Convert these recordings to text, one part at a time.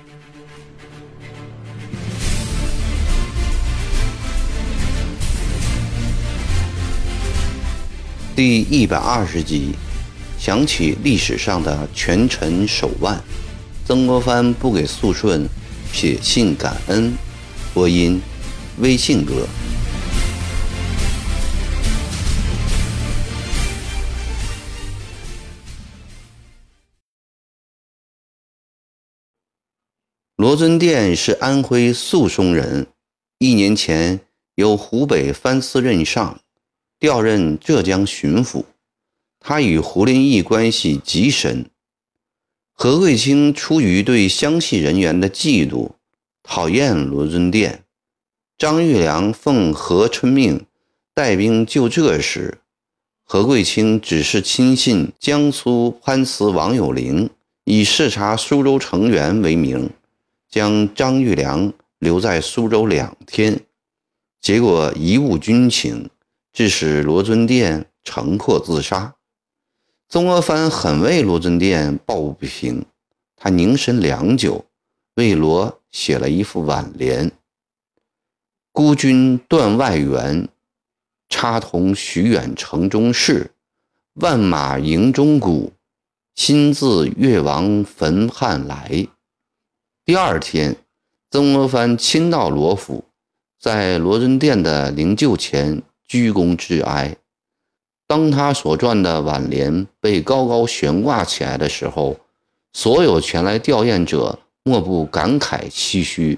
第120集，想起历史上的权臣手腕，曾国藩不给肃顺写信感恩。播音：微信哥。罗尊殿是安徽宿松人，1年前由湖北藩司任上调任浙江巡抚，他与胡林翼关系极深。何贵卿出于对湘系人员的嫉妒，讨厌罗尊殿。张玉良奉何春命带兵救浙时，何贵卿只是亲信江苏藩司王有龄，以视察苏州成员为名，将张玉良留在苏州2天，结果贻误军情，致使罗尊殿城破自杀。曾国藩很为罗尊殿抱不平，他凝神良久，为罗写了一副挽联：孤军断外援，插同许远城中事，万马营中鼓，亲自越王坟汉来。第2天，曾国藩亲到罗府，在罗尊殿的灵柩前鞠躬致哀。当他所撰的挽联被高高悬挂起来的时候，所有前来吊唁者莫不感慨唏嘘。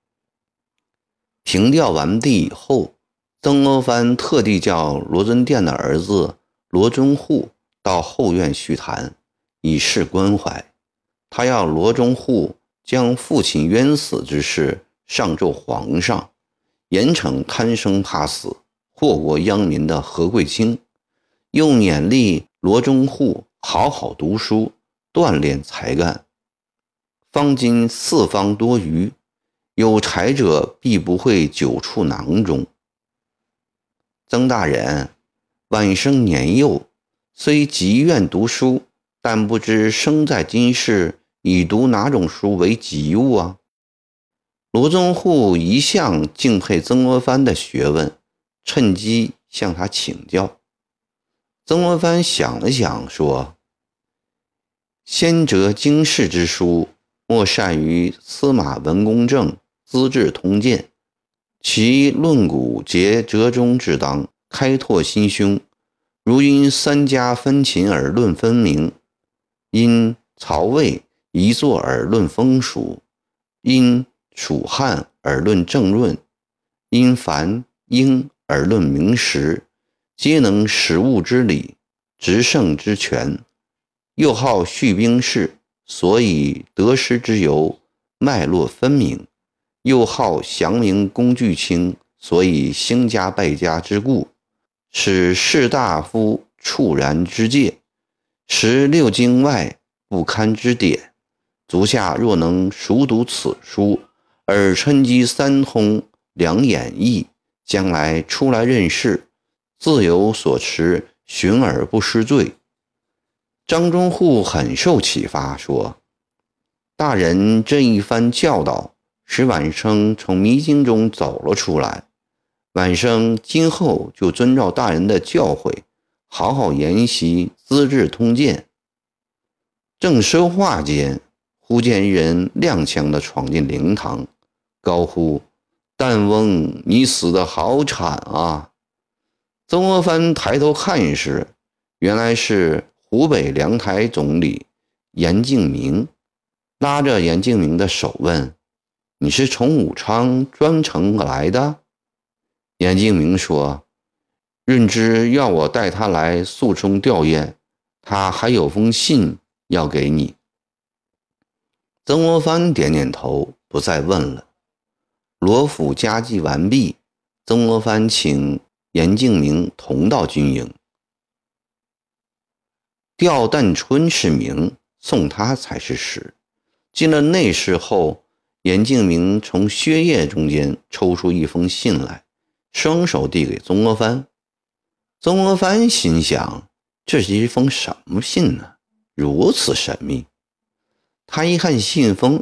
凭吊完毕以后，曾国藩特地叫罗尊殿的儿子罗中户到后院叙谈，以示关怀。他要罗中户将父亲冤死之事上奏皇上，严惩贪生怕死、祸国殃民的何贵卿，又勉励罗中户好好读书，锻炼才干。方今四方多余，有才者必不会久处囊中。曾大人，晚生年幼，虽极愿读书，但不知生在今世，以读哪种书为急务啊？罗中户一向敬佩曾国藩的学问，趁机向他请教。曾国藩想了想说：先哲经世之书，莫善于司马文公正《资治通鉴》，其论古皆折中之当，开拓心胸。如因3家分秦而论分明，因曹魏一作而论风俗，因楚汉而论政论，因樊英而论明实，皆能识物之理，执胜之权。又好叙兵事，所以得失之由脉络分明；又好详明工具轻，所以兴家败家之故，使士大夫触然之戒，识6经外不堪之典。足下若能熟读此书，而趁机3通2演义，将来出来任事，自有所持，循而不失罪。张中户很受启发，说：大人这一番教导，使晚生从迷津中走了出来。晚生今后就遵照大人的教诲，好好研习《资治通鉴》。正说话间，忽见一人踉跄地闯进灵堂，高呼：淡翁，你死得好惨啊！曾国藩抬头看时，原来是湖北粮台总理严敬明，拉着严敬明的手问：你是从武昌专程来的？严敬明说：润之要我带他来肃宗吊唁，他还有封信要给你。曾国藩点点头，不再问了。罗府家祭完毕，曾国藩请严敬明同到军营。吊旦春是明，送他才是实。进了内室后，严敬明从靴叶中间抽出一封信来，双手递给曾国藩。曾国藩心想，这是一封什么信呢？如此神秘。他一看信封，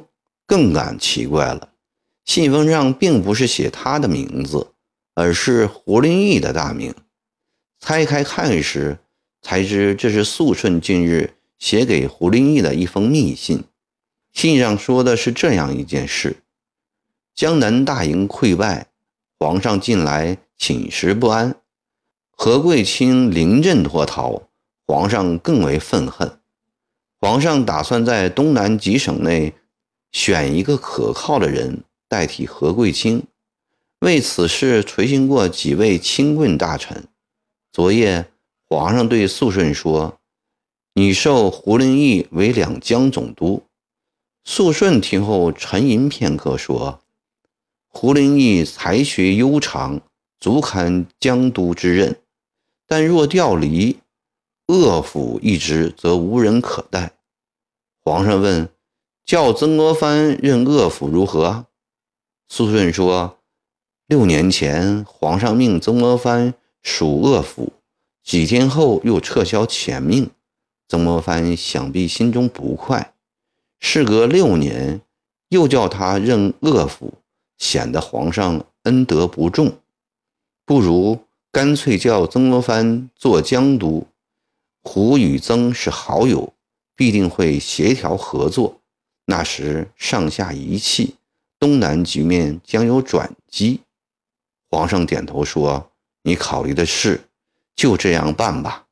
更感奇怪了，信封上并不是写他的名字，而是胡林翼的大名。拆开看时，才知这是肃顺近日写给胡林翼的一封密信。信上说的是这样一件事：江南大营溃败，皇上近来寝食不安，何贵卿临阵脱逃，皇上更为愤恨。皇上打算在东南几省内选一个可靠的人代替何贵卿，为此事垂询过几位亲棍大臣。昨夜皇上对肃顺说，你授胡林翼为两江总督。肃顺听后沉吟片刻，说，胡林翼才学悠长，足堪江都之任，但若调离鄂府一职，则无人可代。皇上问，叫曾国藩任鄂府如何？肃顺说，6年前皇上命曾国藩属鄂府，几天后又撤销前命，曾国藩想必心中不快，事隔6年又叫他任鄂府，显得皇上恩德不重，不如干脆叫曾国藩做江都。胡与曾是好友，必定会协调合作，那时上下一气，东南局面将有转机。皇上点头说，你考虑的是，就这样办吧。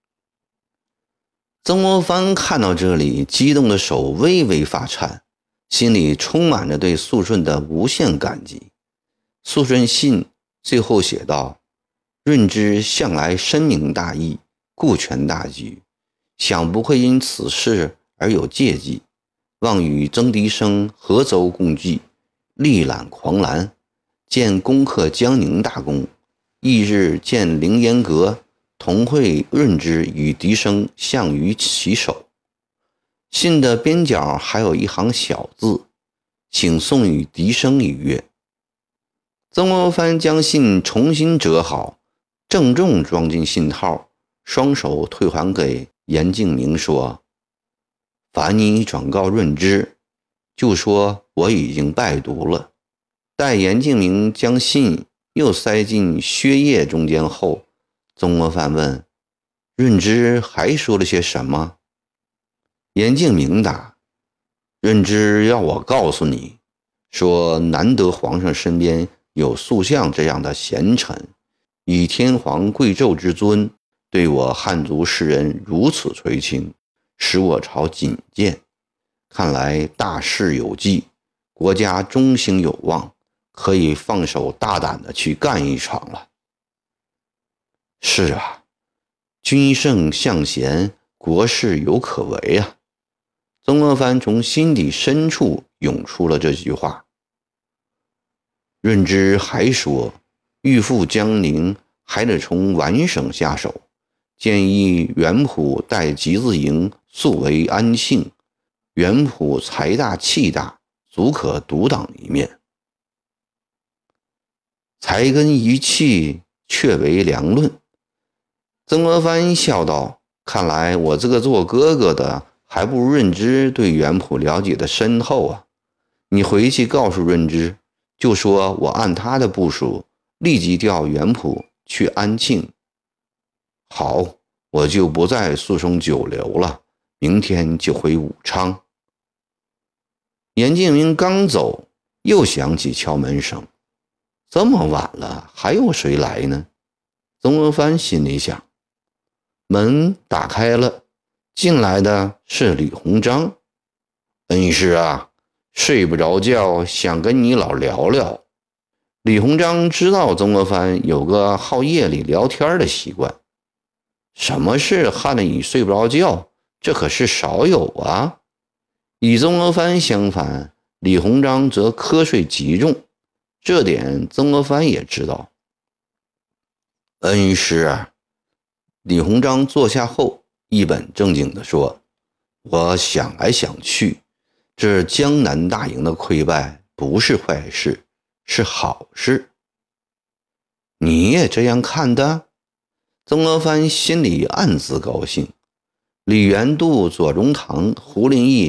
曾国藩看到这里，激动的手微微发颤，心里充满着对肃顺的无限感激。肃顺信最后写道，润之向来深明大义，顾全大局，想不会因此事而有芥蒂，望与曾迪生合奏共济，力揽狂澜，见攻克江宁大功，翌日见凌烟阁，同会润之与笛声相于其手。信的边角还有一行小字，请送与笛声一阅。曾国藩将信重新折好，郑重装进信套，双手退还给严敬明，说，烦你转告润之，就说我已经拜读了。待严敬明将信又塞进靴叶中间后，曾国藩问，润之还说了些什么？严敬明答，润之要我告诉你，说难得皇上身边有肃相这样的贤臣，以天皇贵胄之尊，对我汉族士人如此垂青，使我朝谨见。看来大事有继，国家中兴有望，可以放手大胆的去干一场了。是啊，君圣相贤，国事有可为啊。曾国藩从心底深处涌出了这句话。润之还说，欲赴江宁，还得从皖省下手，建议元普带集字营速为安庆，元普财大气大，足可独当一面。才根一气，却为良论。曾国藩笑道，看来我这个做哥哥的还不如润之对元普了解的深厚啊。你回去告诉润之，就说我按他的部署，立即调元普去安庆。好，我就不再诉讼久留了，明天就回武昌。严敬明刚走，又响起敲门声。这么晚了，还有谁来呢？曾国藩心里想。门打开了，进来的是李鸿章。恩师啊，睡不着觉，想跟你老聊聊。李鸿章知道曾国藩有个好夜里聊天的习惯，什么事害得你睡不着觉？这可是少有啊。与曾国藩相反，李鸿章则瞌睡极重，这点曾国藩也知道。恩师啊，李鸿章坐下后一本正经地说，我想来想去，这江南大营的溃败不是坏事，是好事。你也这样看的？曾国藩心里暗自高兴。李元度、左宗棠、胡林翼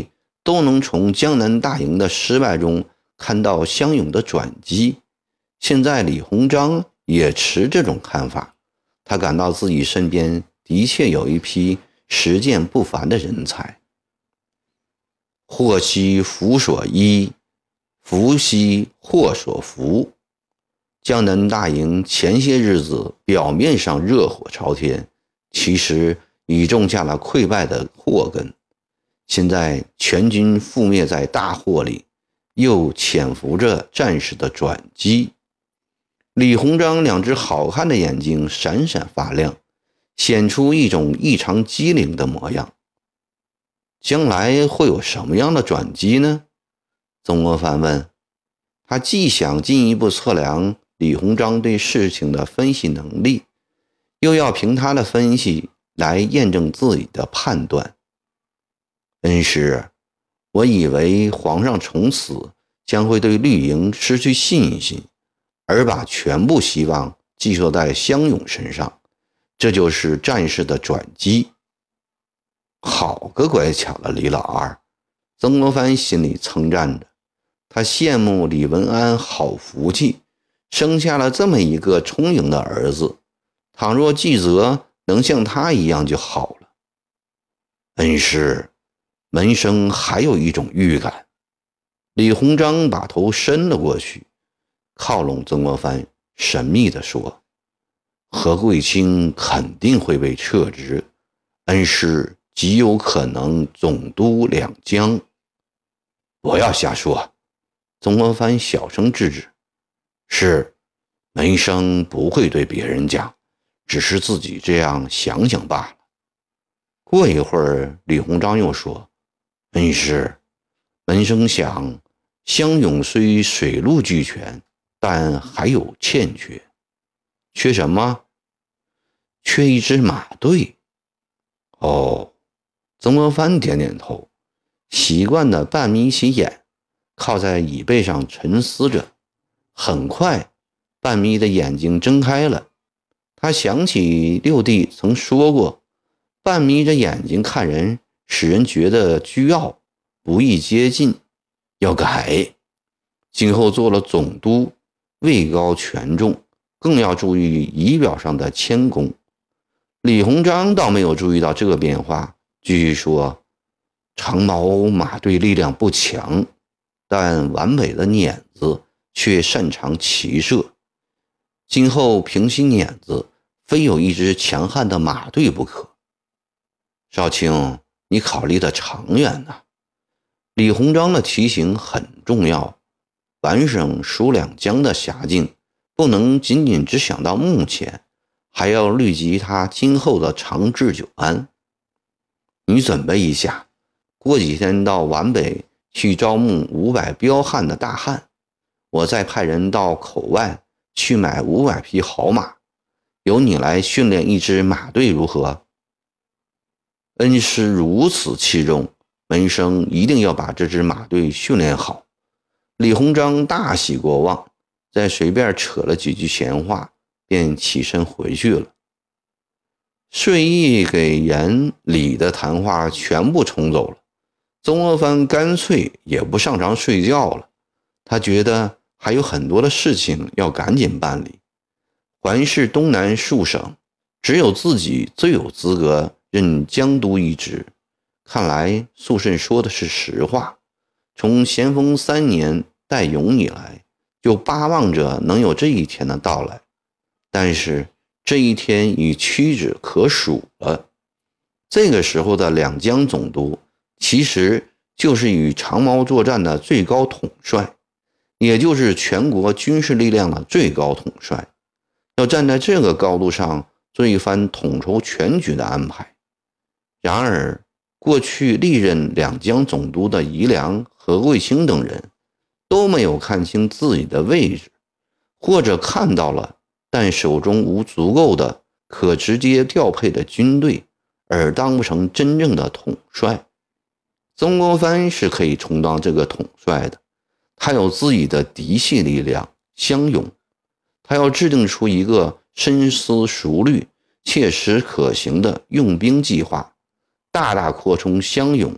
都能从江南大营的失败中看到湘勇的转机。现在李鸿章也持这种看法，他感到自己身边的确有一批实践不凡的人才。祸兮福所依，福兮祸所伏。江南大营前些日子表面上热火朝天，其实已种下了溃败的祸根。现在全军覆灭在大祸里，又潜伏着战士的转机。李鸿章两只好看的眼睛闪闪发亮，显出一种异常机灵的模样。将来会有什么样的转机呢？曾国藩问。他既想进一步测量李鸿章对事情的分析能力，又要凭他的分析来验证自己的判断。恩师，我以为皇上从此将会对绿营失去信心，而把全部希望寄托在湘勇身上，这就是战事的转机。好个乖巧的李老二，曾国藩心里称赞着。他羡慕李文安好福气，生下了这么一个聪颖的儿子，倘若纪泽能像他一样就好了。恩师，门生还有一种预感。李鸿章把头伸了过去，靠拢曾国藩，神秘地说：何贵卿肯定会被撤职，恩师极有可能总督两江。不要瞎说，曾国藩小声制止。是，门生不会对别人讲，只是自己这样想想罢了。过一会儿，李鸿章又说：恩师，门生想，湘勇虽水陆俱全，但还有欠缺。缺什么？缺一支马队。哦，曾国藩点点头，习惯地半眯起眼，靠在椅背上沉思着。很快，半眯的眼睛睁开了。他想起六弟曾说过，半眯着眼睛看人，使人觉得倨傲，不易接近，要改。今后做了总督，位高权重，更要注意仪表上的谦恭。李鸿章倒没有注意到这个变化，继续说：长毛马队力量不强，但完美的碾子却擅长骑射。今后平息碾子，非有一支强悍的马队不可。少卿，你考虑的长远呐。李鸿章的提醒很重要，皖省属两江的辖境，不能仅仅只想到目前，还要虑及他今后的长治久安。你准备一下，过几天到皖北去招募500彪悍的大汉，我再派人到口外去买500匹好马，由你来训练一支马队如何？恩师如此器重，门生一定要把这支马队训练好。李鸿章大喜过望，再随便扯了几句闲话，便起身回去了。睡意给严李的谈话全部冲走了，曾国藩干脆也不上床睡觉了。他觉得还有很多的事情要赶紧办理。环视东南数省，只有自己最有资格任江都一职。看来肃慎说的是实话，从咸丰3年代勇以来，就巴望着能有这一天的到来，但是这一天已屈指可数了。这个时候的两江总督，其实就是与长毛作战的最高统帅，也就是全国军事力量的最高统帅，要站在这个高度上做一番统筹全局的安排。然而过去历任两江总督的宜良、何贵卿等人都没有看清自己的位置，或者看到了，但手中无足够的可直接调配的军队，而当不成真正的统帅。曾国藩是可以充当这个统帅的，他有自己的嫡系力量湘勇，他要制定出一个深思熟虑、切实可行的用兵计划，大大扩充湘勇，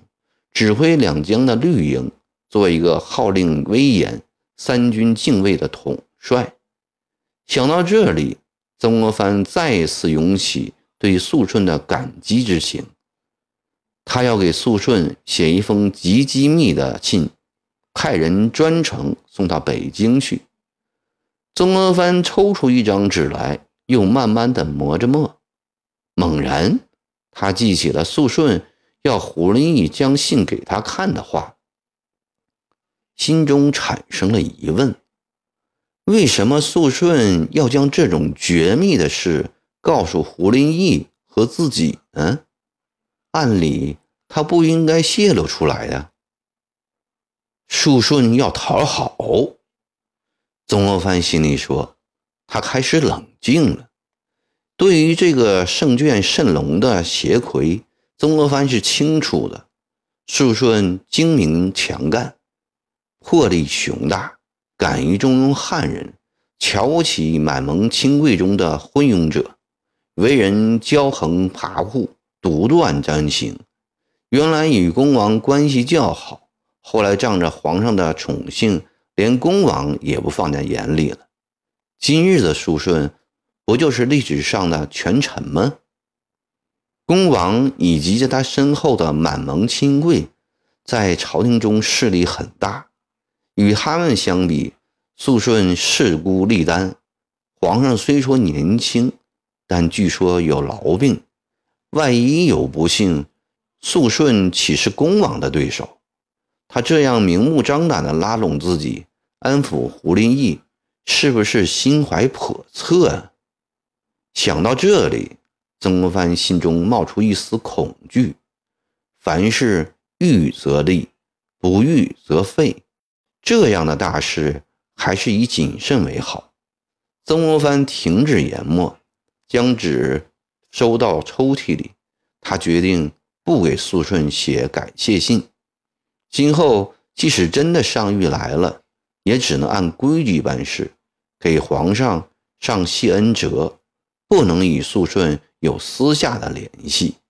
指挥两江的绿营，做一个号令威严、三军敬畏的统帅。想到这里，曾国藩再次涌起对肃顺的感激之情。他要给肃顺写一封极机密的信，派人专程送到北京去。曾国藩抽出一张纸来，又慢慢地磨着墨。猛然，他记起了肃顺要胡林翼将信给他看的话，心中产生了疑问：为什么肃顺要将这种绝密的事告诉胡林翼和自己呢？按理他不应该泄露出来呀。肃顺要讨好，曾国藩心里说，他开始冷静了。对于这个胜券甚隆的邪魁，曾国藩是清楚的。肃顺精明强干，魄力雄大，敢于重用汉人，瞧不起满蒙亲贵中的昏庸者，为人骄横跋扈，独断专行。原来与恭王关系较好，后来仗着皇上的宠幸，连恭王也不放在眼里了。今日的肃顺不就是历史上的权臣吗？恭王以及在他身后的满蒙亲贵在朝廷中势力很大，与他们相比，肃顺势孤力单。皇上虽说年轻，但据说有痨病，万一有不幸，肃顺岂是恭王的对手？他这样明目张胆地拉拢自己，安抚胡林翼，是不是心怀叵测啊？想到这里，曾国藩心中冒出一丝恐惧。凡事预则立，不预则废，这样的大事还是以谨慎为好。曾国藩停止研墨，将纸收到抽屉里。他决定不给肃顺写感谢信。今后即使真的上谕来了，也只能按规矩办事，给皇上上谢恩折，不能与肃顺有私下的联系。